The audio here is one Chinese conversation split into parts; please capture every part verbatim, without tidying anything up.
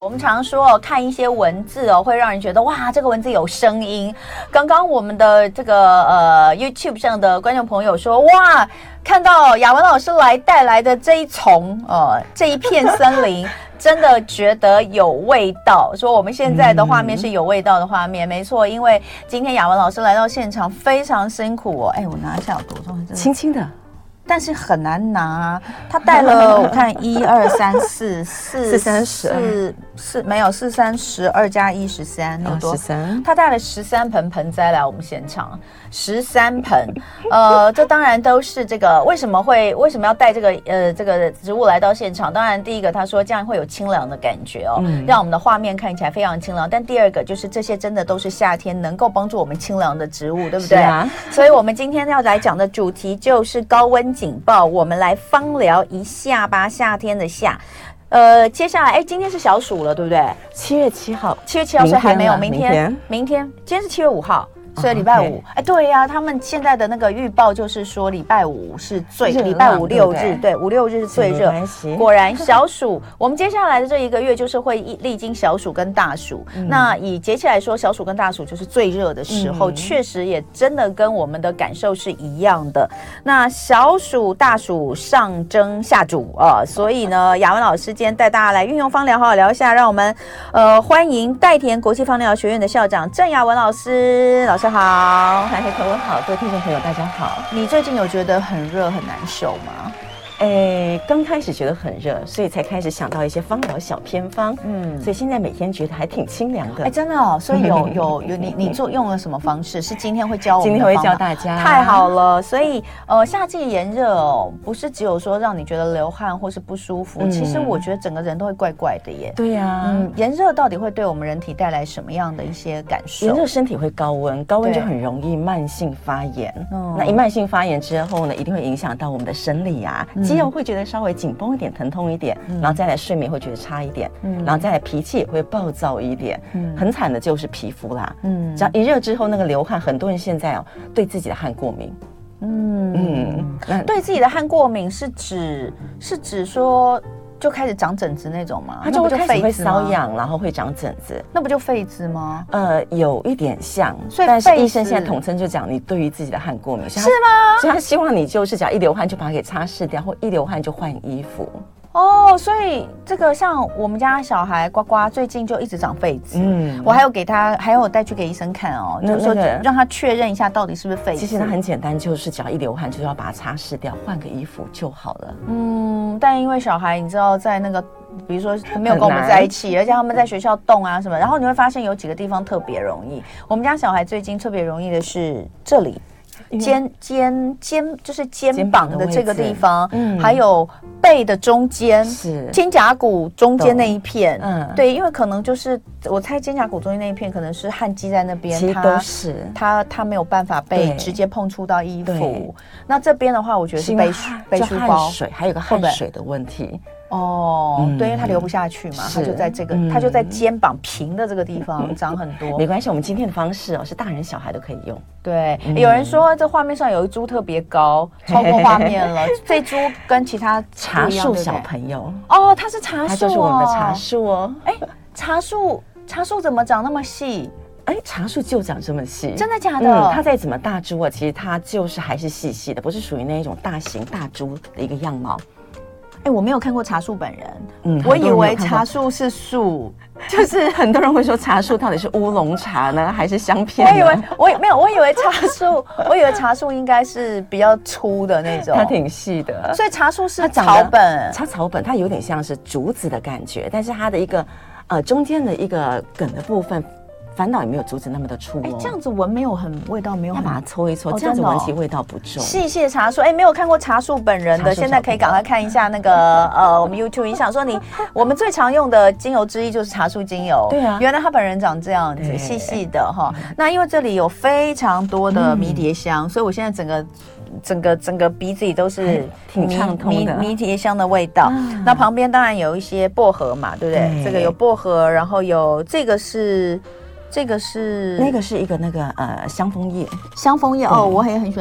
们常说哦，看一些文字哦，会让人觉得哇，这个文字有声音。刚刚我们的这个呃 YouTube 上的观众朋友说，哇，看到雅文老师来带来的这一丛呃这一片森林。真的觉得有味道，说我们现在的画面是有味道的画面，嗯、没错，因为今天雅文老师来到现场非常辛苦哦。哎，我拿一下有多重？ 轻轻的， 但是很难拿。他带了，我看一二三四四四三十四四没有四三十二加一十三，有多？ 十三。 他带了十三盆盆栽来我们现场。十三盆，呃，这当然都是这个为什么会为什么要带这个呃这个植物来到现场？当然，第一个他说这样会有清凉的感觉哦，嗯、让我们的画面看起来非常清凉。但第二个就是这些真的都是夏天能够帮助我们清凉的植物，对不对？是啊。所以我们今天要来讲的主题就是高温警报，我们来芳疗一下吧，夏天的夏。呃，接下来，哎，今天是小暑了，对不对？ 七月七号， 七月七号，所以还没有，明天， 明天， 明天，今天是七月五号。所以礼拜五，哎、oh, okay. ，对呀、啊，他们现在的那个预报就是说礼拜五是最，礼拜五六日，对，五六日是最热。果然小暑，我们接下来的这一个月就是会历经小暑跟大暑。嗯、那以节气来说，小暑跟大暑就是最热的时候，确、嗯、实也真的跟我们的感受是一样的。那小暑、大暑上蒸下煮啊、呃，所以呢，雅文老师今天带大家来运用芳疗，好好聊一下，让我们呃欢迎代田国际芳疗学院的校长郑雅文老师，老师。好， 嗨，各位好，各位听众朋友，大家好。 你最近有觉得很热很难受吗？ 诶，刚开始觉得很热，所以才开始想到一些芳疗小偏方。嗯，所以现在每天觉得还挺清凉的。 哎，真的哦，所以有有有你你做用了什么方式？是今天会教我们？ 今天会教大家。 太好了，所以呃，夏季炎热哦，不是只有说让你觉得流汗或是不舒服，嗯、其实我觉得整个人都会怪怪的耶。 对呀、啊， 嗯，炎热到底会对我们人体带来什么样的一些感受？ 炎热身体会高温，高温就很容易慢性发炎。嗯，那一慢性发炎之后呢，一定会影响到我们的生理啊。嗯肌肉会觉得稍微紧绷一点，疼痛一点，嗯、然后再来睡眠会觉得差一点，嗯、然后再来脾气也会暴躁一点，嗯、很惨的就是皮肤啦。嗯，只要一热之后那个流汗，很多人现在哦对自己的汗过敏。 嗯嗯，对自己的汗过敏是指是指说就开始长疹子那种吗？ 它就会开始会瘙痒，然后会长疹子， 那不就痱子吗？ 呃，有一点像，所以但是医生现在统称就讲你对于自己的汗过敏， 是吗？ 所以他希望你就是只要一流汗就把它给擦拭掉，或一流汗就换衣服。 哦，所以这个像我们家小孩呱呱最近就一直长痱子，嗯，我还有给他，还有带去给医生看哦，就是说让他确认一下到底是不是痱子。 其实它很简单，就是只要一流汗，就是要把它擦拭掉，换个衣服就好了。 嗯，但因为小孩你知道在那个，比如说没有跟我们在一起，而且他们在学校动啊什么，然后你会发现有几个地方特别容易。我们家小孩最近特别容易的是这里。肩肩肩就是肩膀的这个地方，嗯，还有背的中间，是肩胛骨中间那一片，嗯，对，因为可能就是我猜肩胛骨中间那一片可能是汗积在那边， 其实都是它它没有办法被直接碰触到衣服。那这边的话，我觉得是背背书包水，还有个汗水的问题。 哦，嗯、对，因为它流不下去嘛，它就在这个，嗯、它就在肩膀平的这个地方长很多。 没关系，我们今天的方式哦，是大人小孩都可以用。 对，嗯、有人说这画面上有一株特别高，超过画面了。这株跟其他茶树小朋友哦，它是茶树、哦， 它就是我们的茶树哦。 哎，茶树，茶树怎么长那么细？ 哎，茶树就长这么细， 真的假的？ 嗯，它再怎么大株啊，其实它就是还是细细的，不是属于那一种大型大株的一个样貌。 哎，我没有看过茶树本人，嗯，我以为茶树是树， 就是很多人会说茶树到底是乌龙茶呢，还是香片呢？ 我以为我没有，我以为茶树，我以为茶树应该是比较粗的那种， 它挺细的， 所以茶树是草本， 它草本，它有点像是竹子的感觉，但是它的一个呃中间的一个梗的部分。反倒也没有竹子那么的粗哦， 这样子闻没有很味道，没有要把它搓一搓，哦、这样子闻起味道不重。 细细的茶树，哎，没有看过茶树本人的，现在可以赶快看一下那个呃，我们 YouTube。你想说你我们最常用的精油之一就是茶树精油， 对啊， 原来他本人长这样子，细细的哈。那因为这里有非常多的迷迭香，嗯、所以我现在整个。整个整个鼻子里都是挺畅通的迷迭香的味道、啊。那旁边当然有一些薄荷嘛，对不对？对这个有薄荷，然后有这个是这个是那个是一个那个呃香枫叶， 香枫叶哦，我也很喜欢。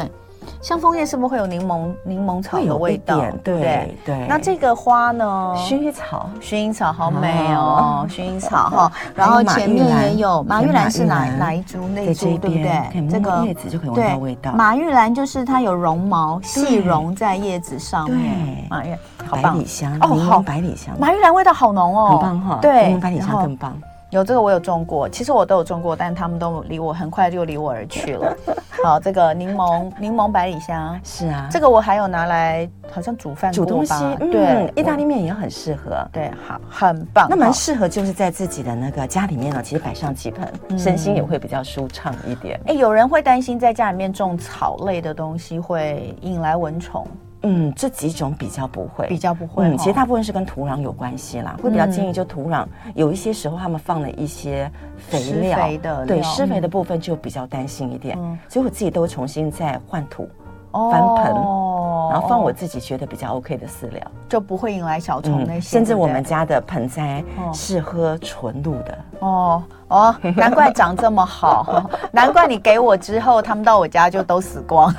香枫叶是不是会有柠檬柠檬草的味道？ 对对对。 那这个花呢？ 薰衣草， 薰衣草好美哦，薰衣草哈。然后前面也有马玉兰，是哪哪一株？那株对不对？ 这个叶子就可以闻到味道。 马玉兰就是它有绒毛，细绒在叶子上面。 对， 马玉好棒，百里香哦，好百里香， 马玉兰味道好浓哦， 很棒哈。 对， 柠檬百里香更棒。 有这个我有种过，其实我都有种过，但他们都离我很快就离我而去了。好，这个柠檬柠檬百里香是啊， 这个我还有拿来好像煮饭煮东西， 对， 意大利面也很适合。 对，好，很棒。 那蛮适合就是在自己的那个家里面呢，其实摆上几盆，身心也会比较舒畅一点。 哎，有人会担心在家里面种草类的东西会引来蚊虫。 嗯，这几种比较不会， 比较不会。 嗯，其实大部分是跟土壤有关系啦，会比较建议就土壤有一些时候他们放了一些肥料， 施肥的对施肥的部分就比较担心一点，所以我自己都会重新再换土。翻盆，然后放我自己觉得比较 OK 的饲料， 就不会引来小虫那些。 甚至我们家的盆栽是喝纯露的。 哦哦，难怪长这么好，难怪你给我之后，他们到我家就都死光。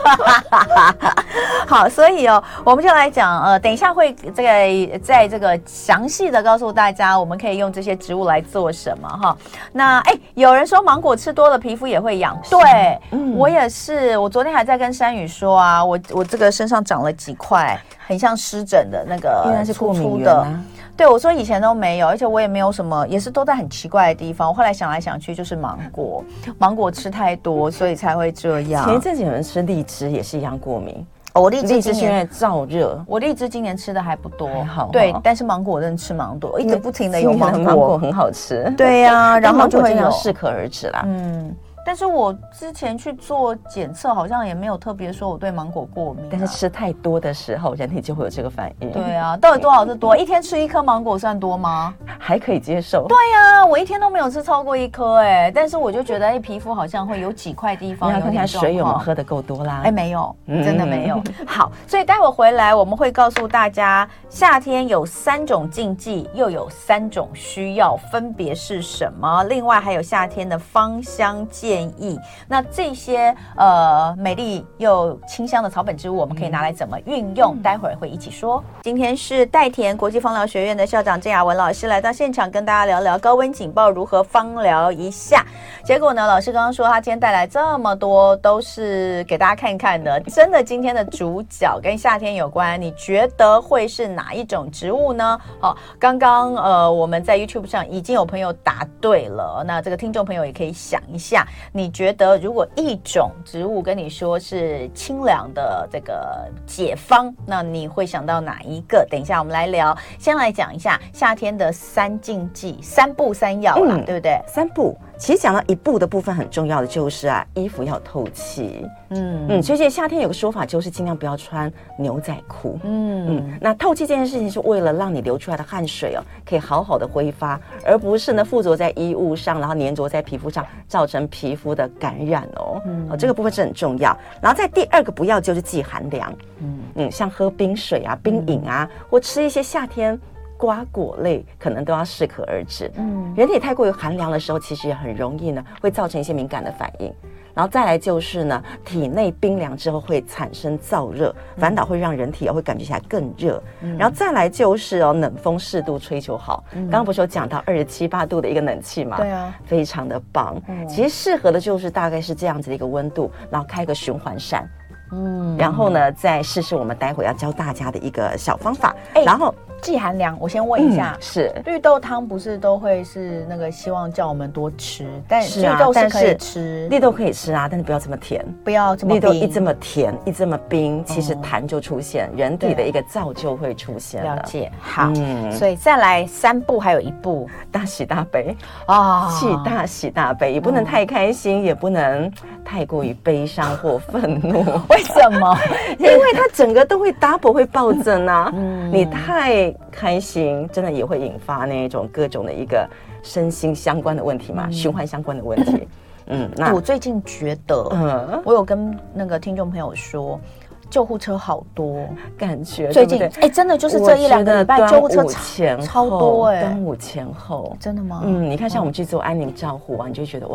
好，所以哦，我们就来讲，呃，等一下会这个在这个详细的告诉大家，我们可以用这些植物来做什么哈。那哎，有人说芒果吃多了皮肤也会痒，对、嗯、我也是，我昨天还在跟山宇说啊，我我这个身上长了几块很像湿疹的那个， 应该是过敏源啊。 对，我说以前都没有，而且我也没有什么，也是都在很奇怪的地方。我后来想来想去，就是芒果，芒果吃太多，所以才会这样。 前一阵子有人吃荔枝，也是一样过敏。 哦、我荔枝今年因为燥热， 我荔枝今年吃的还不多， 还好。 对，但是芒果真的吃蛮多，一直不停的有芒果， 芒果很好吃。 对呀、啊，然后就会有适可而止啦。 嗯。但是我之前去做检测，好像也没有特别说我对芒果过敏、啊。 但是吃太多的时候，人体就会有这个反应。 对啊，到底多少是多？一天吃一颗芒果算多吗？ 还可以接受。 对呀、啊，我一天都没有吃超过一颗哎、欸，但是我就觉得哎、欸，皮肤好像会有几块地方有点状况。 看看水有没有喝得够多啦？ 哎、欸，没有，真的没有。嗯、好，所以待会回来我们会告诉大家，夏天有三种禁忌，又有三种需要，分别是什么？另外还有夏天的芳香建议。那这些呃美丽又清香的草本植物，我们可以拿来怎么运用？嗯、待会儿会一起说。今天是代田国际芳疗学院的校长郑雅雯老师来到现场，跟大家聊聊高温警报如何芳疗一下。结果呢，老师刚刚说他今天带来这么多，都是给大家看看的。真的，今天的主角跟夏天有关，你觉得会是哪一种植物呢？好，刚刚呃我们在 YouTube 上已经有朋友答对了，那这个听众朋友也可以想一下，你觉得。觉得如果一种植物跟你说是清凉的这个解方，那你会想到哪一个？等一下我们来聊。先来讲一下夏天的三禁忌，三不三要啦、嗯、对不对？ 三不，其实讲到一步的部分很重要的就是啊，衣服要透气。嗯嗯，所以夏天有个说法就是尽量不要穿牛仔裤。嗯嗯，那透气这件事情是为了让你流出来的汗水哦，可以好好的挥发，而不是呢附着在衣物上，然后粘着在皮肤上，造成皮肤的感染哦。嗯、哦，这个部分是很重要。然后在第二个不要就是忌寒凉。嗯嗯，像喝冰水啊、冰饮啊，嗯、或吃一些夏天瓜果类，可能都要适可而止。嗯，人体太过于寒凉的时候，其实也很容易呢会造成一些敏感的反应。然后再来就是呢，体内冰凉之后会产生燥热，反倒会让人体会感觉起来更热。嗯、然后再来就是哦，冷风适度吹就好。嗯、刚刚不是有讲到二十七八度的一个冷气嘛？ 对啊， 非常的棒。嗯、其实适合的就是大概是这样子的一个温度，然后开个循环扇。嗯，然后呢，再试试我们待会要教大家的一个小方法。 欸、 然后忌寒凉，我先问一下， 嗯、是绿豆汤不是都会是那个希望叫我们多吃，但绿豆是可以吃， 绿豆可以吃啊，但是不要这么甜， 不要这么冰。 绿豆一这么甜，一这么冰，其实痰就出现，嗯、人体的一个燥就会出现了。 了解，好，嗯、所以再来三步，还有一步， 大喜大悲啊，喜大喜大悲，也不能太开心，嗯、也不能太过于悲伤或愤怒。 为什么？ 因为它整个都会 double 会暴增啊！嗯、你太开心，真的也会引发那种各种的一个身心相关的问题嘛，嗯、循环相关的问题。嗯，那我最近觉得，嗯，我有跟那个听众朋友说，救护车好多， 感觉最近哎、欸，真的就是这一两个礼拜救护车前超多哎、欸， 端午前后， 真的吗？ 嗯，你看像我们去做安宁照护啊，你就觉得哇。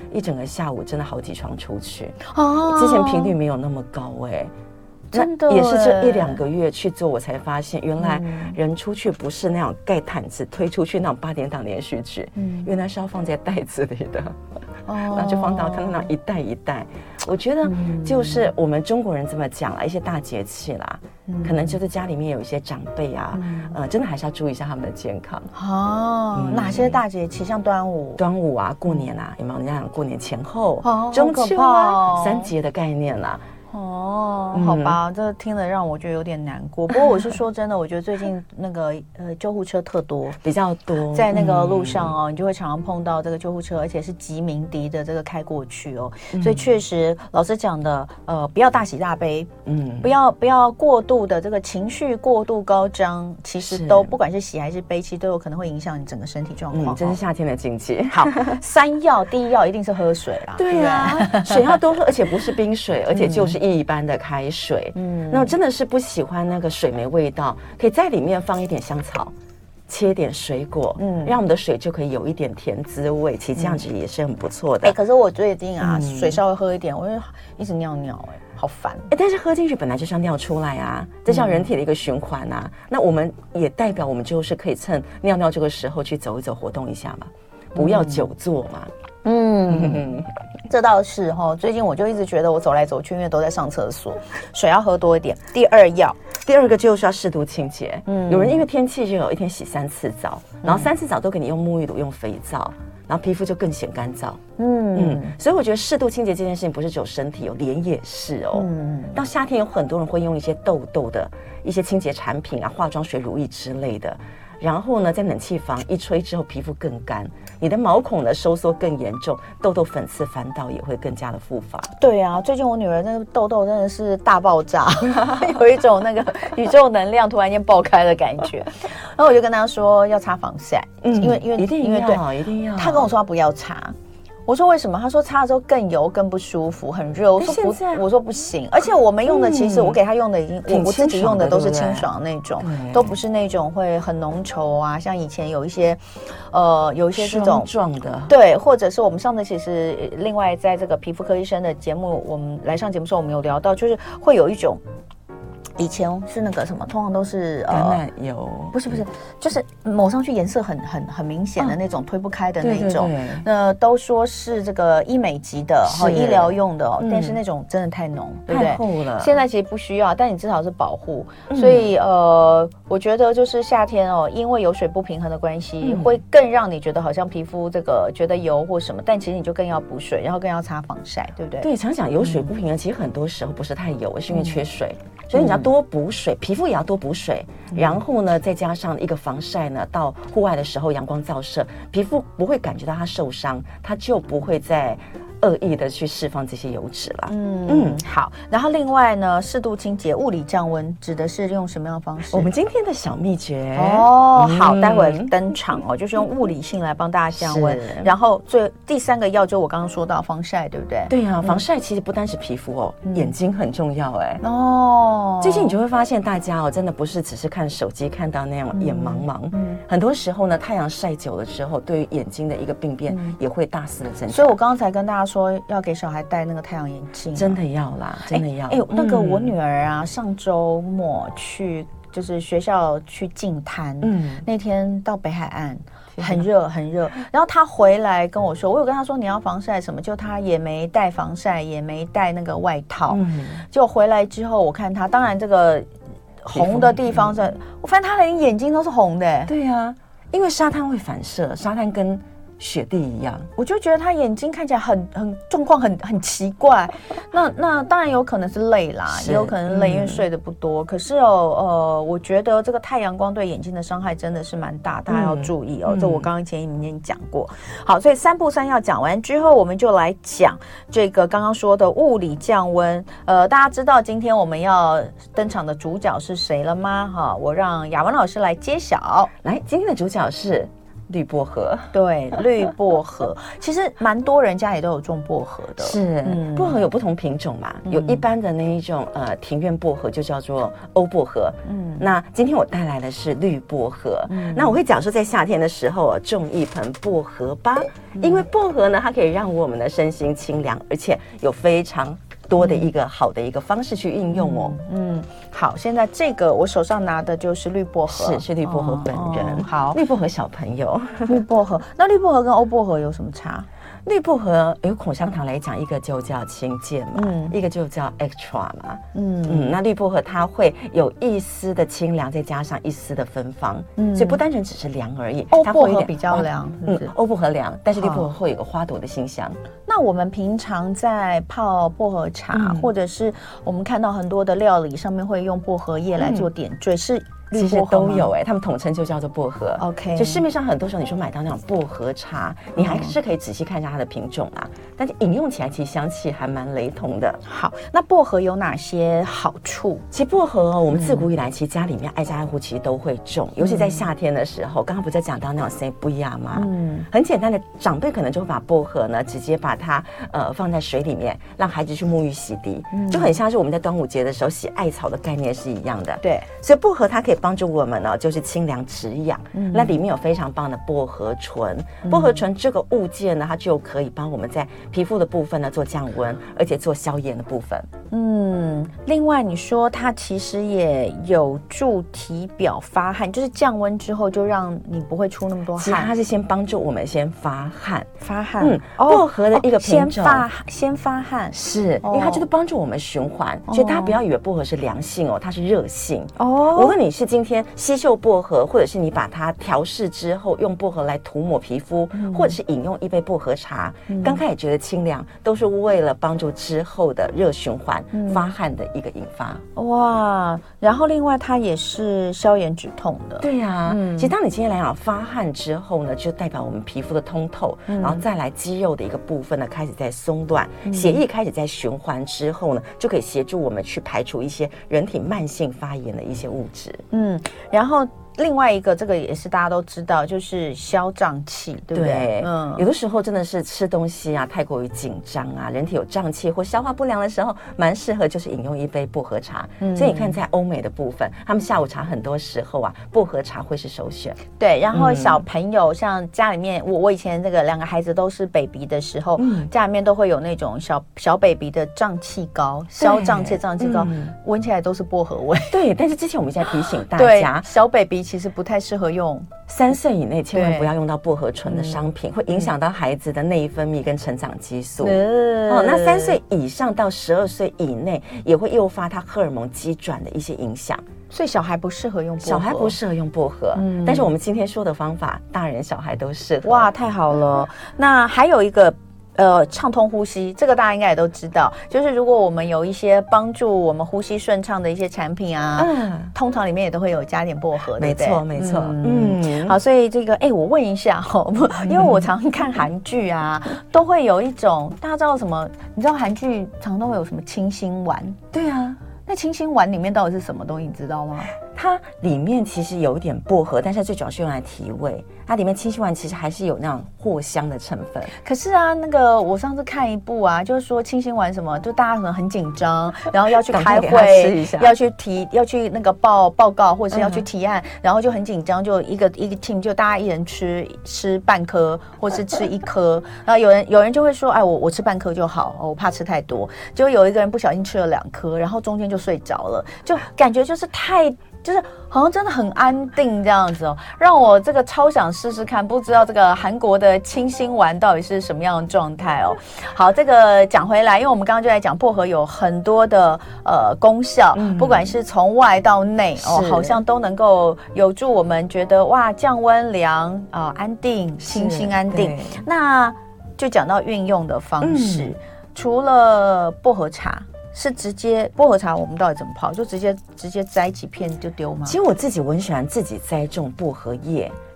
一整个下午真的好几床出去。哦，之前频率没有那么高哎、欸。 真的也是这一两个月去做，我才发现原来人出去不是那种盖毯子推出去那种八点档连续剧，嗯，原来是要放在袋子里的，哦，然后就放到看到那一袋一袋。我觉得就是我们中国人这么讲啦，一些大节气啦，嗯、可能就是家里面有一些长辈啊，嗯、呃，真的还是要注意一下他们的健康。 哦，嗯、哪些大节气？像端午、 端午啊，过年啊，有没有人家讲过年前后、哦、中秋啊，哦、三节的概念啦。 哦，好吧，嗯、这听了让我觉得有点难过。不过我是说真的，我觉得最近那个呃救护车特多， 比较多， 在那个路上哦，嗯、你就会常常碰到这个救护车，而且是急鸣笛的这个开过去哦。嗯、所以确实，老师讲的，呃，不要大喜大悲，嗯，不要不要过度的这个情绪过度高涨，其实都不管是喜还是悲，其实都有可能会影响你整个身体状况。 嗯，这是夏天的境界。 好，三要，第一要一定是喝水啦， 对啊，对水要多喝，而且不是冰水，而且就是一般的开。开水，嗯，那我真的是不喜欢那个水没味道，可以在里面放一点香草，切点水果，嗯，让我们的水就可以有一点甜滋味，其实这样子也是很不错的。 哎、欸，可是我最近啊，嗯、水稍微喝一点，我就一直尿尿、欸，哎，好烦。 哎、欸，但是喝进去本来就是要尿出来啊，这叫人体的一个循环啊。嗯、那我们也代表我们就是可以趁尿尿这个时候去走一走，活动一下嘛，不要久坐嘛。 嗯，这倒是哈。最近我就一直觉得我走来走去，因为都在上厕所，水要喝多一点。第二要， 第二个就是要适度清洁。嗯，有人因为天气热，一天洗三次澡，然后三次澡都给你用沐浴乳、用肥皂，然后皮肤就更显干燥。嗯嗯，所以我觉得适度清洁这件事情不是只有身体哦，脸也是哦。嗯，到夏天有很多人会用一些痘痘的一些清洁产品啊，化妆水、乳液之类的。然后呢，在冷气房一吹之后，皮肤更干，你的毛孔的收缩更严重，痘痘、粉刺、烦恼也会更加的复发。 对啊，最近我女儿那个痘痘真的是大爆炸，有一种那个宇宙能量突然间爆开的感觉。然后我就跟她说要擦防晒，嗯，因为因为一定因为对，一定要。 她跟我说她不要擦。我说为什么？他说擦了之后更油、更不舒服、很热。我说不，我说不行。而且我们用的，其实我给他用的已经，我我自己用的都是清爽那种，都不是那种会很浓稠啊。像以前有一些，呃，有一些这种状的， 对，或者是我们上次其实另外在这个皮肤科医生的节目，我们来上节目的时候，我们有聊到，就是会有一种。以前是那个什么，通常都是橄榄油， 不是不是，就是抹上去颜色很很很明显的那种，推不开的那种。那都说是这个医美级的，和医疗用的，但是那种真的太浓，对不对？ 太厚了。 现在其实不需要，但你至少是保护。所以呃，我觉得就是夏天哦，因为油水不平衡的关系，会更让你觉得好像皮肤这个觉得油或什么，但其实你就更要补水，然后更要擦防晒，对不对？ 对，常讲油水不平衡，其实很多时候不是太油，是因为缺水。所以你要多补水，皮肤也要多补水，然后呢，再加上一个防晒呢，到户外的时候阳光照射，皮肤不会感觉到它受伤，它就不会再恶意的去释放这些油脂了。嗯嗯，好。然后另外呢，适度清洁、物理降温，指的是用什么样的方式？ 我们今天的小秘诀哦，嗯、好，待会登场哦，就是用物理性来帮大家降温。然后最第三个要就我刚刚说到防晒，对不对？ 对啊，防晒其实不单是皮肤哦，嗯、眼睛很重要哎。哦。最近你就会发现，大家哦，真的不是只是看手机看到那样眼茫茫，嗯、很多时候呢，太阳晒久了之后，对于眼睛的一个病变也会大肆的增加。 所以我刚才跟大家说，要给小孩戴那个太阳眼镜， 真的要啦，真的要。 哎、欸欸，那个我女儿啊，嗯、上周末去就是学校去净滩，嗯，那天到北海岸。很热很热，然后他回来跟我说，我有跟他说你要防晒什么，就他也没带防晒，也没带那个外套，嗯，就回来之后，我看他，当然这个红的地方在，我发现他连眼睛都是红的。 对啊，因为沙滩会反射，沙滩跟雪地一样， 我就觉得他眼睛看起来很很状况很很奇怪。那那当然有可能是累啦，也有可能累，因为睡得不多。嗯、可是哦呃，我觉得这个太阳光对眼睛的伤害真的是蛮大，大家要注意哦。嗯、这我刚刚前一面讲过。好，所以三步三要讲完之后，我们就来讲这个刚刚说的物理降温。呃，大家知道今天我们要登场的主角是谁了吗？哈，我让雅文老师来揭晓。 来，今天的主角是绿薄荷， 对，绿薄荷，其实蛮多人家里都有种薄荷的。 是，嗯、薄荷有不同品种嘛，嗯、有一般的那一种呃庭院薄荷，就叫做欧薄荷。嗯，那今天我带来的是绿薄荷。嗯，那我会讲说，在夏天的时候啊，种一盆薄荷吧，嗯、因为薄荷呢，它可以让我们的身心清凉，而且有非常多的一个好的一个方式去运用哦。 嗯，嗯好，现在这个我手上拿的就是绿薄荷， 是是绿薄荷本人。 哦、好， 绿薄荷小朋友， 绿薄荷。那绿薄荷跟欧薄荷有什么差？ 绿薄荷有口香糖来讲，一个就叫清健嘛，嗯、一个就叫 extra 嘛，嗯嗯，那绿薄荷它会有一丝的清凉，再加上一丝的芬芳，嗯，所以不单纯只是凉而已。 欧薄荷比较凉， 嗯，欧薄荷凉，但是绿薄荷会有个花朵的馨香。 那我们平常在泡薄荷茶，嗯、或者是我们看到很多的料理上面会用薄荷叶来做点缀，嗯、是。 其实都有哎、欸，他们统称就叫做薄荷。 OK， 就市面上很多时候你说买到那种薄荷茶，你还是可以仔细看一下它的品种啊，但是饮用起来其实香气还蛮雷同的。 好，那薄荷有哪些好处？ 其实薄荷哦，我们自古以来其实家里面挨家挨户其实都会种，嗯、尤其在夏天的时候。刚刚不是讲到那种塞布亚吗？嗯，很简单的，长辈可能就会把薄荷呢直接把它呃放在水里面，让孩子去沐浴洗涤，嗯、就很像是我们在端午节的时候洗艾草的概念是一样的。 对， 所以薄荷它可以帮助我们呢，就是清凉止痒。嗯，那里面有非常棒的薄荷醇，嗯、薄荷醇这个物件呢，它就可以帮我们在皮肤的部分呢做降温，而且做消炎的部分。 嗯，另外你说它其实也有助体表发汗，就是降温之后就让你不会出那么多汗。 其实它是先帮助我们先发汗， 发汗。嗯， 薄荷的一个品种， 先发先发汗， 是因为它就是帮助我们循环，所以大家不要以为薄荷是凉性哦，它是热性哦。无论你是今天吸嗅薄荷，或者是你把它调试之后用薄荷来涂抹皮肤，嗯、或者是饮用一杯薄荷茶，嗯、刚开始觉得清凉，都是为了帮助之后的热循环、嗯、发汗的一个引发。 哇，然后另外它也是消炎止痛的。 对呀、啊，嗯、其实当你今天来讲发汗之后呢，就代表我们皮肤的通透，嗯、然后再来肌肉的一个部分呢开始在松乱，嗯、血液开始在循环之后呢，就可以协助我们去排除一些人体慢性发炎的一些物质。 嗯，然后另外一个，这个也是大家都知道，就是消胀气，对不对？对， 嗯，有的时候真的是吃东西啊，太过于紧张啊，人体有胀气或消化不良的时候，蛮适合就是饮用一杯薄荷茶。嗯，所以你看，在欧美的部分，他们下午茶很多时候啊，薄荷茶会是首选。 对，然后小朋友、嗯、像家里面，我我以前这个两个孩子都是 baby 的时候，嗯、家里面都会有那种小小 baby 的胀气膏，消胀气胀气膏，闻、嗯、起来都是薄荷味。 对，但是之前我们在提醒大家， 小 baby 其实不太适合用， 三岁以内千万不要用到薄荷醇的商品，会影响到孩子的内分泌跟成长激素。嗯、哦，那三岁以上到十二岁以内也会诱发他荷尔蒙机转的一些影响。 所以小孩不适合用薄荷， 小孩不适合用薄荷，嗯、但是我们今天说的方法，大人小孩都适合。 哇，太好了！那还有一个。呃，畅通呼吸，这个大家应该也都知道，就是如果我们有一些帮助我们呼吸顺畅的一些产品啊，嗯，通常里面也都会有加点薄荷， 没错，没错， 嗯，嗯好，所以这个，哎、欸，我问一下哦，因为我常看韩剧啊，都会有一种大家知道什么？你知道韩剧常都会有什么清心丸？ 对啊， 那清心丸里面到底是什么东西？你知道吗？ 它里面其实有一点薄荷，但是最主要是用来提味。它里面清心丸其实还是有那种藿香的成分。 可是啊，那个我上次看一部啊，就是说清心丸什么，就大家可能很紧张，然后要去开会，要去提，要去那个报报告，或者是要去提案，嗯、然后就很紧张，就一个一个 team 就大家一人吃吃半颗，或是吃一颗。然后有人有人就会说，哎，我我吃半颗就好，我怕吃太多。结果有一个人不小心吃了两颗，然后中间就睡着了，就感觉就是太。就是好像真的很安定这样子哦，让我这个超想试试看，不知道这个韩国的清心丸到底是什么样的状态哦。好，这个讲回来，因为我们刚刚就在讲薄荷有很多的呃功效，嗯、不管是从外到内哦，好像都能够有助我们觉得哇降温凉啊、呃、安定清新安定。那就讲到运用的方式，嗯、除了薄荷茶。是直接薄荷茶，我们到底怎么泡？就直接直接摘几片就丢吗？ 其实我自己我很喜欢自己栽种薄荷叶，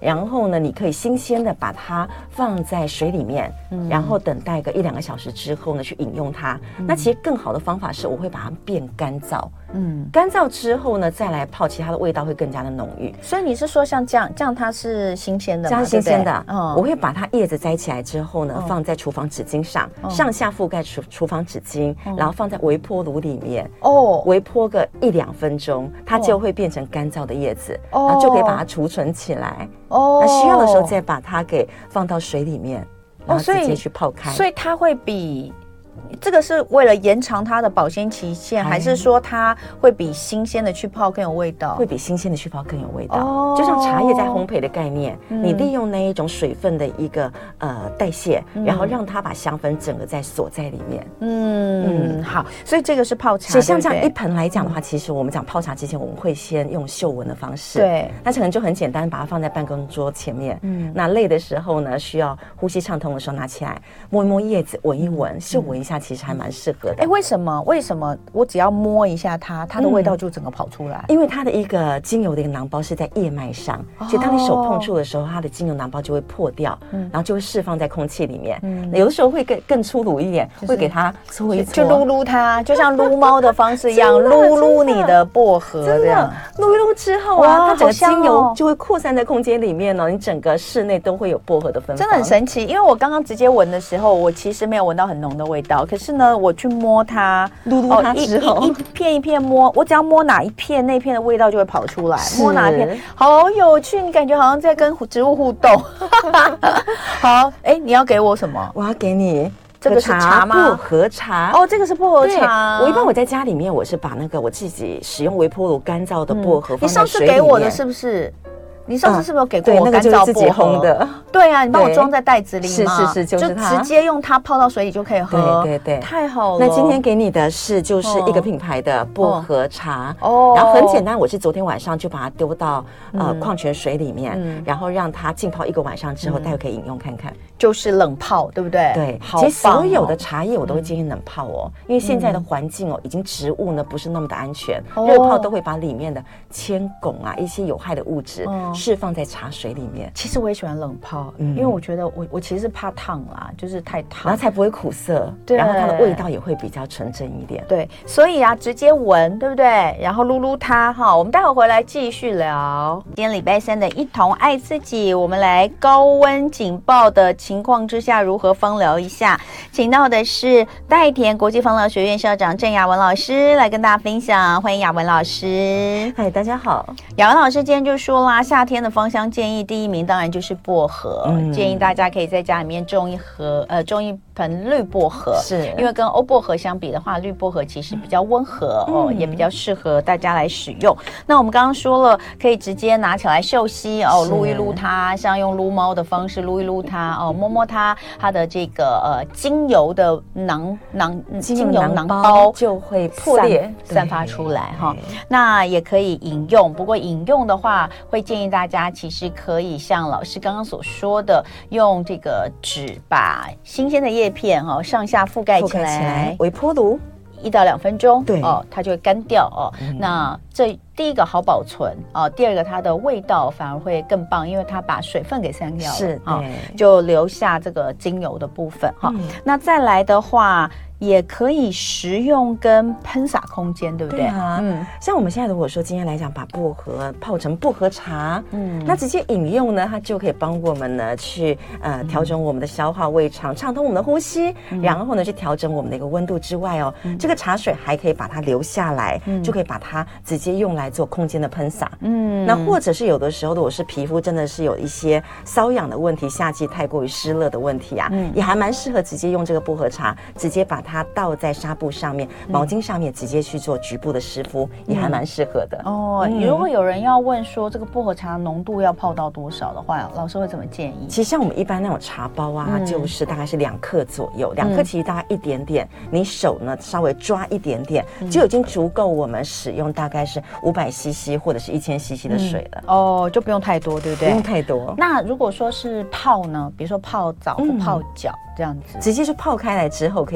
然后呢，你可以新鲜的把它放在水里面，嗯、然后等待个一两个小时之后呢，去饮用它。嗯、那其实更好的方法是，我会把它变干燥。嗯，干燥之后呢，再来泡，其实它的味道会更加的浓郁。 所以你是说像这样，这样它是新鲜的吗？ 这样新鲜的，嗯，我会把它叶子摘起来之后呢，嗯、放在厨房纸巾上，嗯、上下覆盖厨厨房纸巾，嗯、然后放在微波炉里面，哦，微波个一两分钟，它就会变成干燥的叶子，哦、然后就可以把它储存起来。哦，那需要的时候再把它给放到水里面，然后直接去泡开。 哦、所以, 所以它会比。这个是为了延长它的保鲜期限，还是说它会比新鲜的去泡更有味道？ 会比新鲜的去泡更有味道。哦，就像茶叶在烘焙的概念，嗯、你利用那一种水分的一个呃代谢，嗯、然后让它把香氛整个再锁在里面。 嗯嗯，好，所以这个是泡茶。 所以像这样一盆来讲的话，嗯、其实我们讲泡茶之前，我们会先用嗅闻的方式。 对， 那可能就很简单，把它放在办公桌前面。嗯，那累的时候呢，需要呼吸畅通的时候拿起来摸一摸叶子，闻一闻，嗅闻一下。其实还蛮适合的。 哎，为什么？为什么我只要摸一下它，它的味道就整个跑出来？ 嗯、因为它的一个精油的一个囊包是在叶脉上，哦、所以当你手碰触的时候，它的精油囊包就会破掉，嗯、然后就会释放在空气里面。嗯、有的时候会更更粗鲁一点，就是、会给它搓一搓， 就撸撸它，就像撸猫的方式一样，撸撸你的薄荷，这样撸一撸之后啊，它整个精油就会扩散在空间里面呢，你整个室内都会有薄荷的芬芳， 真的很神奇。因为我刚刚直接闻的时候，我其实没有闻到很浓的味道。可是呢，我去摸它， 撸撸它之后、 哦一，一片一片摸，我只要摸哪一片，那片的味道就会跑出来。摸哪一片，好有趣，你感觉好像在跟植物互动。好，哎，你要给我什么？ 我要给你这个是茶吗？ 薄荷茶。 哦，这个是薄荷茶。 我一般我在家里面，我是把那个我自己使用微波炉干燥的薄荷放在水里面。 你上次给我的是不是？你上次是不是有给过我干燥薄荷的？ 对啊，你帮我装在袋子里嘛， 是是是，就是它， 就直接用它泡到水里就可以喝。 对对对， 太好了。 那今天给你的是就是一个品牌的薄荷茶，哦，然后很简单，我是昨天晚上就把它丢到呃矿泉水里面，然后让它浸泡一个晚上之后，待会可以饮用看看。 就是冷泡，对不对？ 对，其实所有的茶叶我都会建议冷泡哦，因为现在的环境哦，已经植物呢不是那么的安全，热泡都会把里面的铅汞啊一些有害的物质释放在茶水里面。 其实我也喜欢冷泡，因为我觉得我我其实是怕烫啦，就是太烫， 然后才不会苦涩，对，然后它的味道也会比较纯正一点。 对，所以啊，直接闻，对不对？然后撸撸它哈。我们待会回来继续聊。今天礼拜三的一同爱自己，我们来高温警报的情况之下如何芳疗一下，请到的是代田国际芳疗学院校长郑雅雯老师来跟大家分享。欢迎雅雯老师。 嗨，大家好。 雅雯老师今天就说啦，夏天的芳香建议第一名当然就是薄荷，嗯、建议大家可以在家里面种一盒呃种一盆绿薄荷，是因为跟欧薄荷相比的话，绿薄荷其实比较温和、嗯、哦，也比较适合大家来使用。那我们刚刚说了，可以直接拿起来嗅吸哦，撸一撸它，像用撸猫的方式撸一撸它哦，摸摸它，它的这个呃精油的囊囊精油囊包就会破裂散发出来哈。那也可以饮用，不过饮用的话，会建议大家其实可以像老师刚刚所说的，用这个纸把新鲜的叶片哈、哦、上下覆盖起来，起来微波炉一到两分钟， 对哦，它就会干掉哦。嗯、那这第一个好保存哦，第二个它的味道反而会更棒，因为它把水分给散掉了， 是啊、哦， 就留下这个精油的部分哈、哦嗯。那再来的话，也可以食用跟喷洒空间，对不对？对啊，嗯，像我们现在如果说今天来讲，把薄荷泡成薄荷茶，嗯，那直接饮用呢，它就可以帮我们呢去呃调整我们的消化胃肠，畅通我们的呼吸，嗯、然后呢去调整我们的一个温度之外哦，嗯、这个茶水还可以把它留下来，嗯、就可以把它直接用来做空间的喷洒，嗯，那或者是有的时候如果是皮肤真的是有一些瘙痒的问题，夏季太过于湿热的问题啊，嗯、也还蛮适合直接用这个薄荷茶，直接把它它倒在纱布上面、毛巾上面，直接去做局部的湿敷，嗯、也还蛮适合的哦。嗯、如果有人要问说这个薄荷茶浓度要泡到多少的话，老师会怎么建议？ 其实像我们一般那种茶包啊，嗯、就是大概是两克左右，两克其实大概一点点，嗯、你手呢稍微抓一点点，嗯、就已经足够我们使用大概是五百 C C 或者是一千 C C 的水了。 嗯、哦，就不用太多，对不对？ 不用太多。 那如果说是泡呢，比如说泡澡或泡脚、嗯、这样子， 直接就泡开来之后，可以直接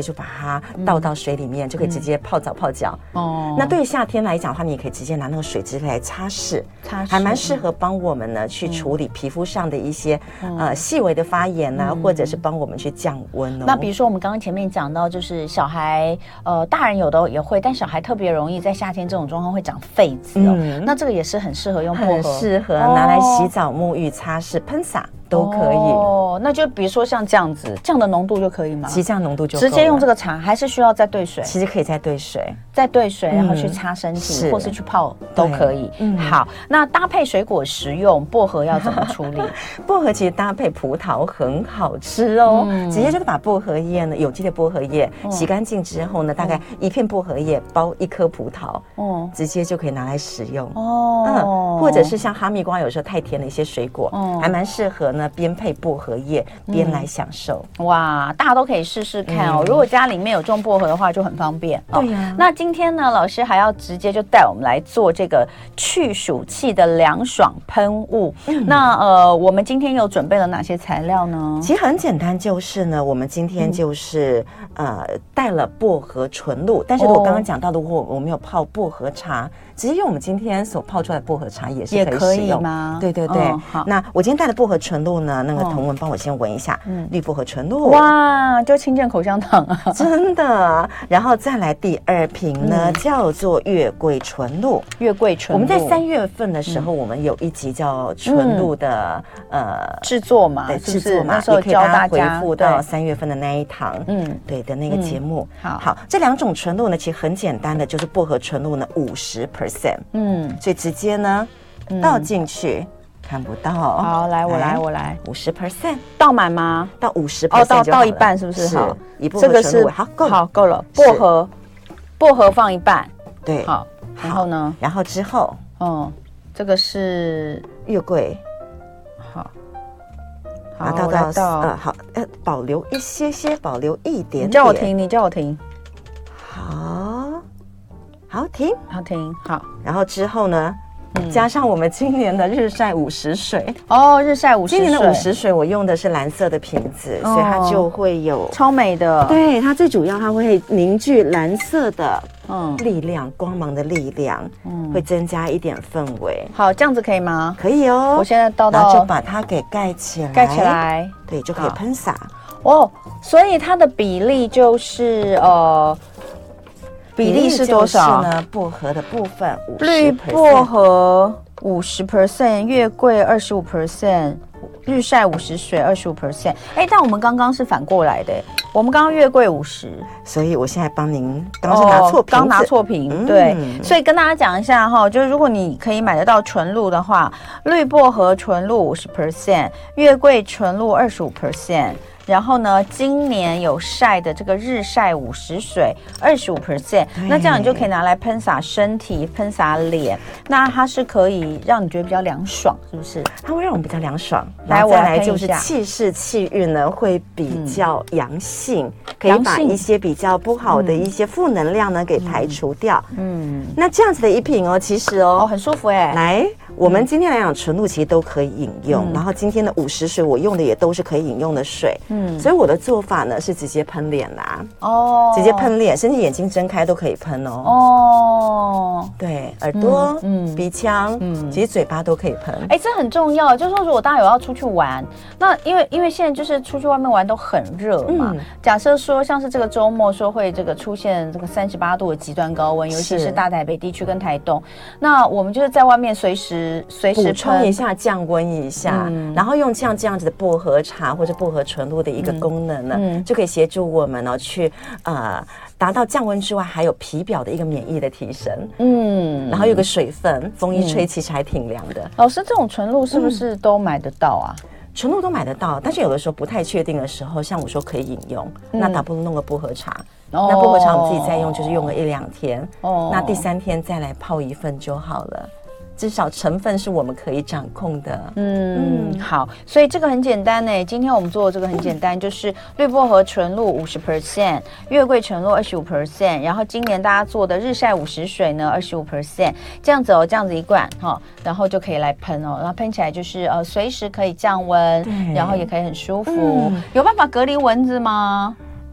就把它倒到水里面，就可以直接泡澡泡脚。哦，那对于夏天来讲的话，你也可以直接拿那个水直接来擦拭，擦拭还蛮适合帮我们呢去处理皮肤上的一些呃细微的发炎啊，或者是帮我们去降温哦。 那比如说我们刚刚前面讲到，就是小孩呃大人有的也会，但小孩特别容易在夏天这种状况会长痱子哦。那这个也是很适合用薄荷， 很适合拿来洗澡、沐浴、擦拭、喷洒。都可以哦，那就比如说像这样子，这样的浓度就可以吗？ 其实这样浓度就够了， 直接用这个擦，还是需要再兑水？ 其实可以再兑水， 再兑水，然后去擦身体，嗯、或是去泡都可以。嗯、好，那搭配水果食用，薄荷要怎么处理？ 薄荷其实搭配葡萄很好吃哦，嗯、直接就是把薄荷叶呢，有机的薄荷叶、嗯、洗干净之后呢，大概一片薄荷叶包一颗葡萄，哦、直接就可以拿来食用哦。嗯，或者是像哈密瓜，有时候太甜的一些水果，哦、还蛮适合。那边配薄荷叶边来享受、 嗯、哇，大家都可以试试看哦、嗯、如果家里面有种薄荷的话就很方便、 哦、对呀、啊。 那今天呢老师还要直接就带我们来做这个去暑气的凉爽喷雾、嗯、那呃我们今天有准备了哪些材料呢？ 其实很简单，就是呢我们今天就是、嗯、呃带了薄荷纯露，但是我刚刚讲到的，如果我们有泡薄荷茶，直接用我们今天所泡出来的薄荷茶也是可以使用， 也可以吗？ 对对对、嗯、好，那我今天带的薄荷纯露呢，那个童文帮我先闻一下，嗯，绿薄荷纯露， 哇，就清健口香糖啊， 真的。然后再来第二瓶呢，嗯、叫做月桂纯露， 月桂纯露。 我们在三月份的时候，嗯、我们有一集叫纯露的、嗯、呃制作嘛， 对，制作嘛， 那时候教大家回复到三月份的那一堂，嗯，对的那个节目。嗯、好，好，这两种纯露呢，其实很简单的，就是薄荷纯露呢五十 percent， 嗯，所以直接呢、嗯、倒进去。看不到， 好，来我来我来， 五十 percent 倒满吗？ 到五十 percent 哦，到倒一半是不是？好， 一部分这个是好够好够了。薄荷，薄荷放一半， 对， 好，然后呢？ 然后之后， 嗯，这个是月桂， 好， 好倒到呃好呃保留一些些，保留一点点。 你叫我停，你叫我停。 好，好停， 好停，好。 然后之后呢？加上我们今年的日晒五十水哦，日晒五十水， 今年的五十水我用的是蓝色的瓶子，哦、所以它就会有超美的。 对，它最主要它会凝聚蓝色的嗯力量，光芒的力量，嗯，会增加一点氛围。 好，这样子可以吗？ 可以哦。 我现在倒到， 然后就把它给盖起来， 盖起来， 对，就可以喷洒。 哦，所以它的比例就是呃。比例是多少呢？薄荷的部分， 绿薄荷五十 percent， 月桂二十五 percent， 日晒五十水二十五 percent。哎，但我们刚刚是反过来的，我们刚刚月桂五十， 所以我现在帮您，刚刚是拿错瓶子， 刚、哦、拿错瓶，嗯、对，所以跟大家讲一下哈，就是如果你可以买得到纯露的话，绿薄荷纯露五十 percent， 月桂纯露二十五 percent。然后呢，今年有晒的这个日晒五十水二十五 percent， 那这样你就可以拿来喷洒身体、喷洒脸，那它是可以让你觉得比较凉爽，是不是？ 它会让我们比较凉爽。来，我来就是气势气运呢会比较阳性，嗯、可以把一些比较不好的一些负能量呢、嗯、给排除掉。嗯，那这样子的一瓶哦，其实哦， 哦很舒服哎。 来，我们今天来讲纯露其实都可以饮用，嗯、然后今天的五十水我用的也都是可以饮用的水。嗯嗯，所以我的做法呢是直接喷脸啦，哦，直接喷脸，甚至眼睛睁开都可以喷哦。哦，对，耳朵、嗯，鼻腔，嗯，其实嘴巴都可以喷。 哎，这很重要，就是说如果大家有要出去玩，那因为因为现在就是出去外面玩都很热嘛。嗯、假设说像是这个周末说会这个出现这个三十八度的极端高温，尤其是大台北地区跟台东，那我们就是在外面随时随时补充一下，降温一下，嗯、然后用像这样子的薄荷茶或者薄荷纯露的一个功能呢，嗯、就可以协助我们呢去呃达到降温之外，还有皮表的一个免疫的提升。嗯，然后有个水分，风一吹其实还挺凉的。 老师，这种纯露是不是都买得到啊？ 纯露都买得到，但是有的时候不太确定的时候，像我说可以饮用，嗯、那倒不如弄个薄荷茶。哦、那薄荷茶我们自己再用，就是用个一两天。哦，那第三天再来泡一份就好了。至少成分是我们可以掌控的。 嗯，嗯好，所以这个很简单呢。今天我们做的这个很简单，就是绿薄荷纯露五十 percent， 月桂纯露二十五 percent， 然后今年大家做的日晒五十水呢二十五 percent， 这样子哦，这样子一罐哈、哦，然后就可以来喷哦，然后喷起来就是呃随时可以降温，然后也可以很舒服。嗯、有办法隔离蚊子吗？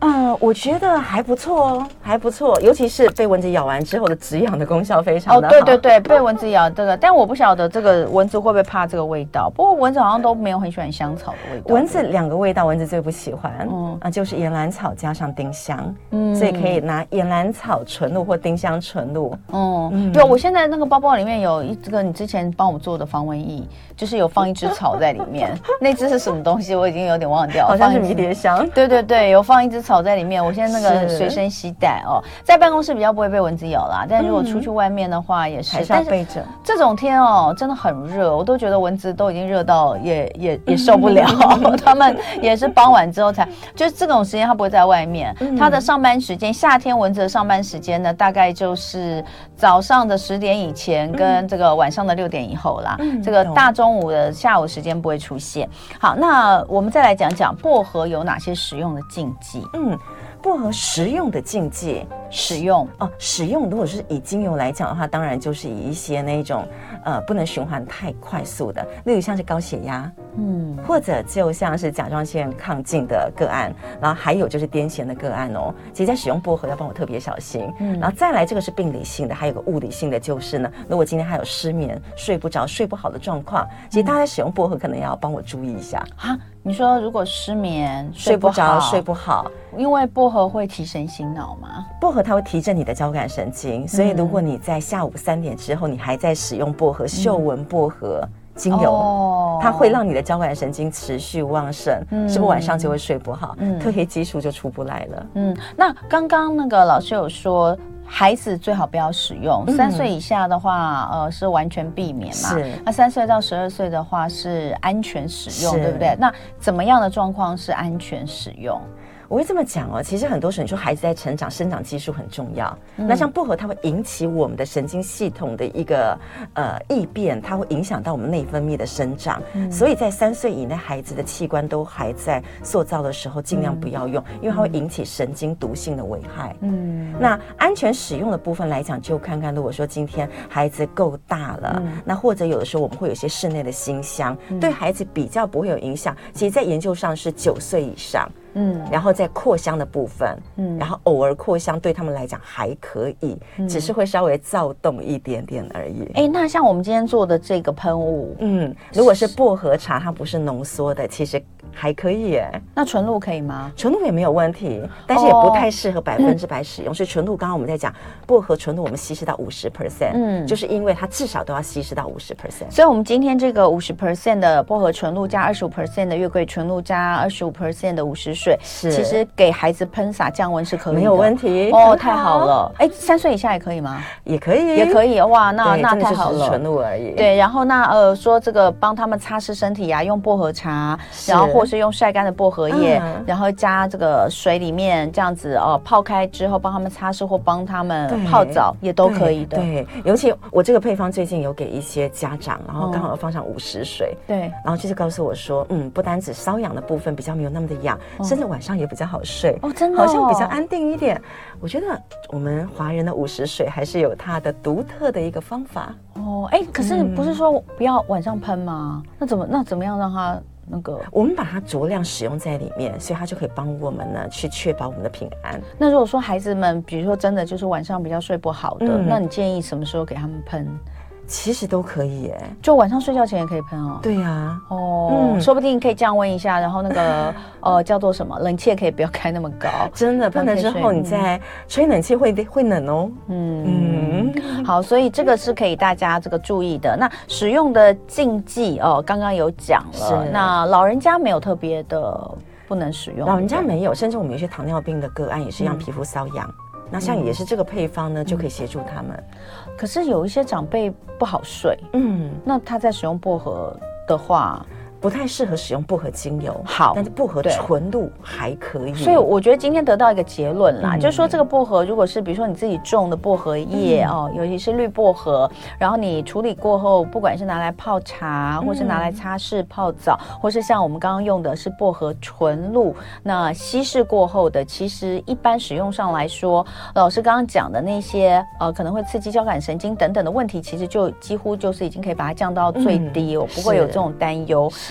嗯，我觉得还不错哦，还不错，尤其是被蚊子咬完之后的止痒的功效非常的好。 哦，对对对，被蚊子咬这个，但我不晓得这个蚊子会不会怕这个味道。不过蚊子好像都没有很喜欢香草的味道。 蚊子两个味道，蚊子最不喜欢，嗯啊，就是岩兰草加上丁香，嗯，所以可以拿岩兰草纯露或丁香纯露。 嗯，嗯有，我现在那个包包里面有一这个你之前帮我做的防蚊液，就是有放一支草在里面，那支是什么东西我已经有点忘掉了， 好像是迷迭香。 对对对，有放一支草在里面，我现在那个随身携带哦，在办公室比较不会被蚊子咬啦，但如果出去外面的话也是， 还是要备着。 这种天哦，真的很热，我都觉得蚊子都已经热到也也也受不了，他们也是傍晚之后才，就是这种时间它不会在外面，它的上班时间，夏天蚊子的上班时间呢，大概就是早上的十点以前跟这个晚上的六点以后啦，这个大中午的下午时间不会出现。好，那我们再来讲讲薄荷有哪些使用的禁忌。 嗯，薄荷食用的禁忌， 使用哦，使用如果是以精油来讲的话，当然就是以一些那种呃不能循环太快速的，例如像是高血压，嗯，或者就像是甲状腺亢进的个案，然后还有就是癫痫的个案哦。其实，在使用薄荷要帮我特别小心。嗯，然后再来这个是病理性的，还有个物理性的，就是呢，如果今天还有失眠、睡不着、睡不好的状况，其实大家在使用薄荷可能要帮我注意一下啊。你说如果失眠、 睡不着、睡不好， 因为薄荷会提神醒脑吗？ 薄荷它会提振你的交感神经，所以如果你在下午三点之后，你还在使用薄荷、嗅闻薄荷精油，哦，它会让你的交感神经持续旺盛，嗯，是不是晚上就会睡不好，嗯，褪黑激素就出不来了。 嗯，那刚刚那个老师有说，孩子最好不要使用，三岁以下的话，呃，是完全避免嘛。是。那三岁到十二岁的话是安全使用，对不对？那怎么样的状况是安全使用？ 我会这么讲哦，其实很多时候你说孩子在成长，生长激素很重要。嗯、那像薄荷，它会引起我们的神经系统的一个呃异变，它会影响到我们内分泌的生长。嗯、所以在三岁以内，孩子的器官都还在塑造的时候，尽量不要用，嗯、因为它会引起神经毒性的危害。嗯，那安全使用的部分来讲，就看看如果说今天孩子够大了，嗯、那或者有的时候我们会有一些室内的熏香，嗯、对孩子比较不会有影响。其实，在研究上是九岁以上。嗯，然后在扩香的部分，嗯，然后偶尔扩香对他们来讲还可以，嗯、只是会稍微躁动一点点而已。 哎，那像我们今天做的这个喷雾， 嗯，如果是薄荷茶，它不是浓缩的，其实还可以耶。 那纯露可以吗？ 纯露也没有问题，但是也不太适合百分之百使用。哦、所以纯露，刚刚我们在讲薄荷纯露，我们稀释到五十 percent， 嗯，就是因为它至少都要稀释到五十 percent。 所以我们今天这个五十 percent 的薄荷纯露加二十五 percent 的月桂纯露加二十五 percent 的午时水，是其实给孩子喷洒降温是可以的， 没有问题哦，太好了。哎，三岁以下也可以吗？ 也可以， 也可以。哇，那那太好了， 纯露而已。 对，然后那呃说这个帮他们擦拭身体啊，用薄荷茶，然后或是用晒干的薄荷叶，嗯、然后加这个水里面这样子哦泡开之后，帮他们擦拭或帮他们泡澡也都可以的。 对，尤其我这个配方最近有给一些家长，然后刚好放上午时水，对，然后就是告诉我说，嗯，不单只瘙痒的部分比较没有那么的痒，哦、甚至晚上也比较好睡哦，真的、哦、 好像比较安定一点。我觉得我们华人的午时水还是有它的独特的一个方法哦。哎，可是不是说不要晚上喷吗？嗯、那怎么那怎么样让它？那个， 我们把它酌量使用在里面，所以它就可以帮我们呢去确保我们的平安。 那如果说孩子们，比如说真的就是晚上比较睡不好的，嗯、那你建议什么时候给他们喷？ 其实都可以耶， 就晚上睡觉前也可以喷哦。 对呀、啊， 哦，嗯、说不定可以降温一下，然后那个呃叫做什么，冷气也可以不要开那么高。 真的，喷了之后你再吹冷气会会冷哦。嗯嗯，好，所以这个是可以大家这个注意的。那使用的禁忌哦，刚刚有讲了。那老人家没有特别的不能使用， 老人家没有，甚至我们有些糖尿病的个案也是一样，皮肤瘙痒。嗯那像也是这个配方呢，嗯、就可以协助他们。 可是有一些长辈不好睡，嗯，那他在使用薄荷的话， 不太适合使用薄荷精油。 好， 但是薄荷纯露还可以。 所以我觉得今天得到一个结论啦，嗯、就是说这个薄荷如果是比如说你自己种的薄荷叶、嗯、哦，尤其是绿薄荷，然后你处理过后，不管是拿来泡茶，或是拿来擦拭泡澡，嗯、或是像我们刚刚用的是薄荷纯露，那稀释过后的，其实一般使用上来说，老师刚刚讲的那些呃可能会刺激交感神经等等的问题，其实就几乎就是已经可以把它降到最低，我、嗯、不会有这种担忧。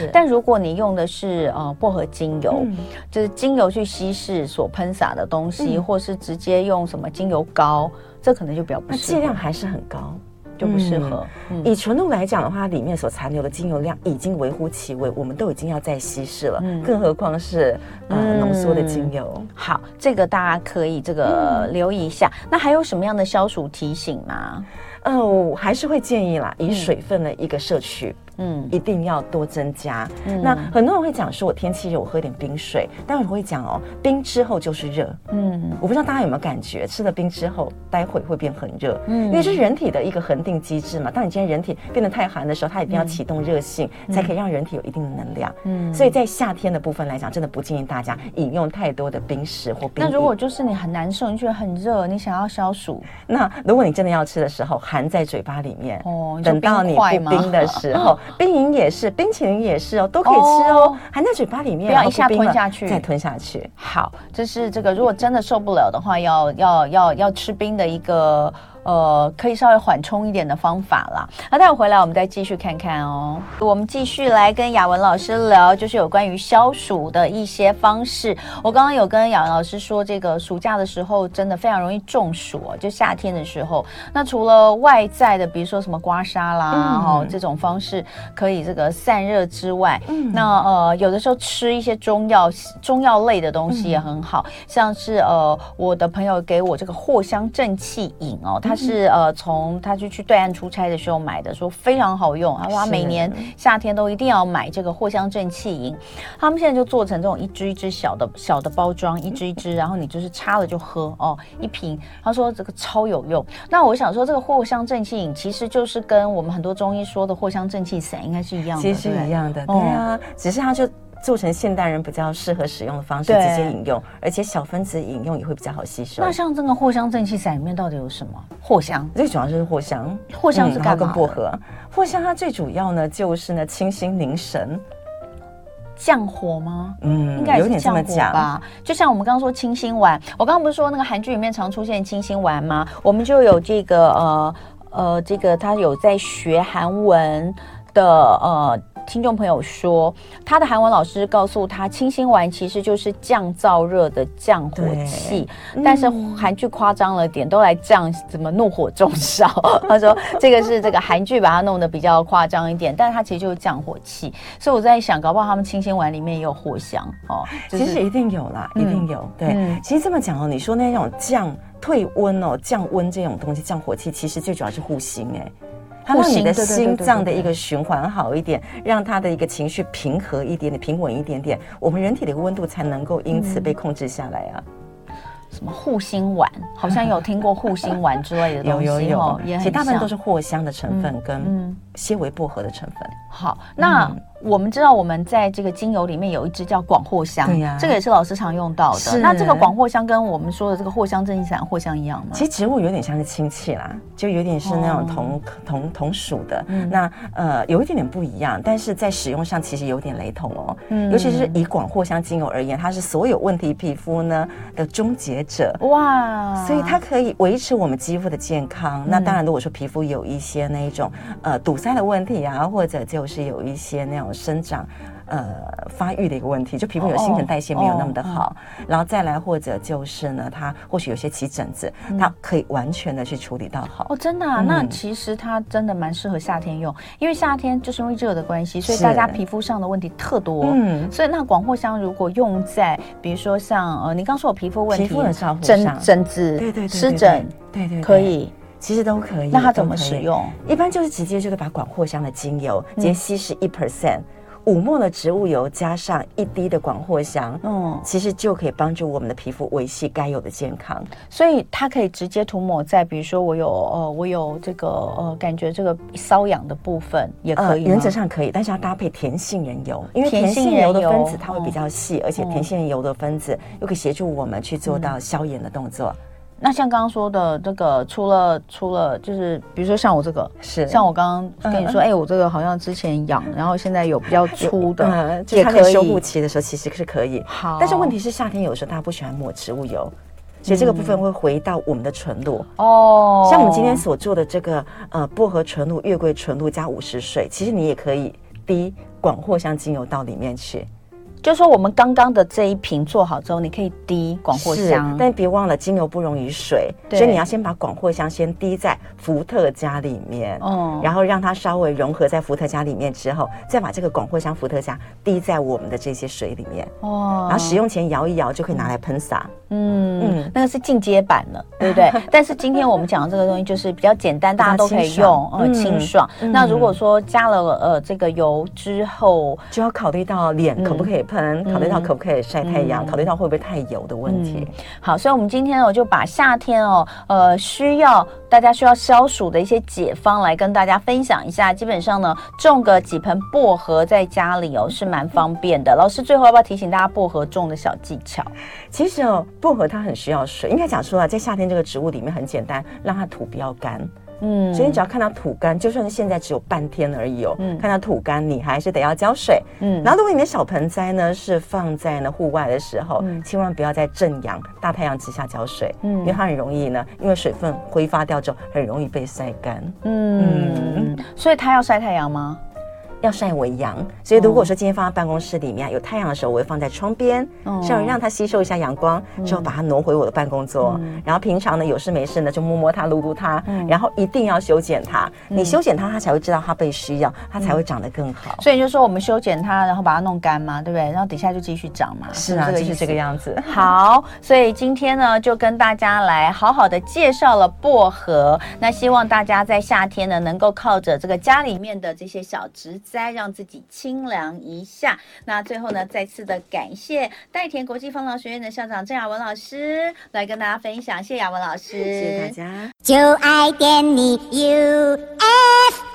是，但如果你用的是呃薄荷精油，嗯、就是精油去稀释所喷洒的东西，嗯、或是直接用什么精油膏，这可能就比较不适合。 剂量还是很高。 就不适合。 嗯嗯、以纯露来讲的话，它里面所残留的精油量已经微乎其微，我们都已经要再稀释了，嗯、更何况是呃浓缩的精油。 好，这个大家可以这个留意一下。嗯、那还有什么样的消暑提醒吗？ 呃，我还是会建议啦，以水分的一个摄取。嗯，一定要多增加。嗯、那很多人会讲说，我天气热，我喝点冰水。但我会讲哦，冰之后就是热。嗯，我不知道大家有没有感觉，吃了冰之后，待会会变很热。嗯，因为是人体的一个恒定机制嘛。当你今天人体变得太寒的时候，它一定要启动热性，嗯、才可以让人体有一定的能量。嗯，所以在夏天的部分来讲，真的不建议大家饮用太多的冰食或冰饮。 那如果就是你很难受，你觉得很热，你想要消暑， 那如果你真的要吃的时候，含在嘴巴里面，哦，等到你不冰的时候。冰饮也是，冰淇淋也是哦，都可以吃哦，含在嘴巴里面， 不要一下吞下去， 再吞下去。 好，这是这个，如果真的受不了的话，要要要要吃冰的一个。呃，可以稍微缓冲一点的方法啦。那待会回来我们再继续看看哦。我们继续来跟雅文老师聊，就是有关于消暑的一些方式。我刚刚有跟雅文老师说，这个暑假的时候真的非常容易中暑哦，就夏天的时候。那除了外在的，比如说什么刮痧啦，嗯、哦这种方式可以这个散热之外，嗯、那呃有的时候吃一些中药中药类的东西也很好，嗯、像是呃我的朋友给我这个藿香正气饮哦，他是呃从他就去对岸出差的时候买的，说非常好用，他说他每年夏天都一定要买这个藿香正气饮。他们现在就做成这种一支一支小的小的包装，一支一支，然后你就是插了就喝哦，一瓶。他说这个超有用。那我想说，这个藿香正气饮其实就是跟我们很多中医说的藿香正气散应该是一样的， 其实是一样的，对啊，哦、只是它就做成现代人比较适合使用的方式，直接饮用，而且小分子饮用也会比较好吸收。 那像这个藿香正气散里面到底有什么？藿香， 最主要就是藿香， 藿香是干嘛的？ 嗯、然后跟薄荷，藿香它最主要呢就是呢清心凝神。 降火吗？ 嗯， 应该也是降火吧。就像我们刚刚说清心丸，我刚刚不是说那个韩剧里面常出现清心丸吗？我们就有这个呃呃，这个他有在学韩文的呃。听众朋友说，他的韩文老师告诉他，清心丸其实就是降燥热的降火气，嗯、但是韩剧夸张了点，都来降什么怒火中烧。他说这个是这个韩剧把它弄得比较夸张一点，但是它其实就是降火气。所以我在想，搞不好他们清心丸里面也有藿香哦、 就是。其实一定有啦，嗯、一定有。对，嗯、其实这么讲哦，你说那种降退温哦、降温这种东西，降火气，其实最主要是护心哎、欸。它让你的心脏的一个循环好一点，让它的一个情绪平和一点点、平稳一点点，我们人体的一个温度才能够因此被控制下来啊。 嗯、什么护心丸，好像有听过护心丸之类的东西， 有有有， 哦、也很像， 其实大部分都是藿香的成分跟些微薄荷的成分。 好，那。嗯我们知道我们在这个精油里面有一支叫广藿香，对呀、啊，这个也是老师常用到的。那这个广藿香跟我们说的这个藿香正气散藿香一样吗？ 其实植物有点像是亲戚啦，就有点是那种同、哦、同同属的。嗯、那呃有一点点不一样，但是在使用上其实有点雷同哦。嗯，尤其是以广藿香精油而言，它是所有问题皮肤呢的终结者。哇，所以它可以维持我们肌肤的健康。嗯、那当然，如果说皮肤有一些那一种呃堵塞的问题啊，或者就是有一些那种生长呃发育的一个问题，就皮肤有新陈代谢没有那么的好， oh, oh, 然后再来或者就是呢，它或许有些起疹子，嗯、它可以完全的去处理到好。 哦，真的啊，嗯、那其实它真的蛮适合夏天用，因为夏天就是因为热的关系，所以大家皮肤上的问题特多。嗯，所以那广藿香如果用在，比如说像呃，你刚说有皮肤问题， 皮肤的照顾上，疹疹子，对对对，湿疹，对对，可以。 其实都可以。 那它怎么使用？ 一般就是直接就是把广藿香的精油直接稀释一 percent，五末的植物油加上一滴的广藿香，嗯，其实就可以帮助我们的皮肤维系该有的健康。 所以它可以直接涂抹在，比如说我有呃我有这个呃感觉这个瘙痒的部分也可以吗？ 呃、原则上可以，但是要搭配甜杏仁油，因为甜杏仁油的分子它会比较细，嗯、而且甜杏仁油的分子又可以协助我们去做到消炎的动作。嗯那像刚刚说的这个，除了除了就是，比如说像我这个，是像我刚刚跟你说，哎、嗯欸，我这个好像之前痒，然后现在有比较粗的， 嗯，也可以。修复期的时候其实是可以。好，但是问题是夏天有时候大家不喜欢抹植物油，所以这个部分会回到我们的纯露哦。像我们今天所做的这个呃薄荷纯露、月桂纯露加五十水，其实你也可以滴广藿香精油到里面去。 就说我们刚刚的这一瓶做好之后，你可以滴广藿香， 但别忘了精油不溶于水，所以你要先把广藿香先滴在伏特加里面，哦，然后让它稍微融合在伏特加里面之后，再把这个广藿香伏特加滴在我们的这些水里面，哦，然后使用前摇一摇就可以拿来喷洒。嗯嗯，那个是进阶版了，对不对？但是今天我们讲的这个东西就是比较简单，大家都可以用，呃，清爽。那如果说加了呃这个油之后， 就要考虑到脸可不可以喷，考虑到可不可以晒太阳，考虑到会不会太油的问题。 好，所以我们今天我就把夏天哦，呃，需要大家需要消暑的一些解方来跟大家分享一下。基本上呢，种个几盆薄荷在家里哦是蛮方便的。老师最后要不要提醒大家薄荷种的小技巧？ 其实哦，薄荷它很需要水，应该讲说啊，在夏天这个植物里面很简单，让它土不要干。嗯，所以你只要看到土干，就算现在只有半天而已哦，嗯，看到土干，你还是得要浇水。嗯，然后如果你的小盆栽呢是放在呢户外的时候，嗯，千万不要在正阳大太阳之下浇水，嗯，因为它很容易呢，因为水分挥发掉之后，很容易被晒干。 嗯，嗯，所以它要晒太阳吗？ 要晒微阳，所以如果说今天放在办公室里面有太阳的时候，我会放在窗边，稍微让它吸收一下阳光，之后把它挪回我的办公桌。嗯、然后平常呢有事没事呢就摸摸它、撸撸它，嗯、然后一定要修剪它。嗯、你修剪它，它才会知道它被需要，它才会长得更好。 所以就说我们修剪它，然后把它弄干嘛，对不对？然后底下就继续长嘛。 是啊，就是这个样子。 好，所以今天呢就跟大家来好好的介绍了薄荷。那希望大家在夏天呢能够靠着这个家里面的这些小植栽，让自己清凉一下。那最后呢，再次的感谢代田国际芳疗学院的校长郑雅文老师来跟大家分享，谢谢雅文老师， 谢谢大家。 就爱点你 U F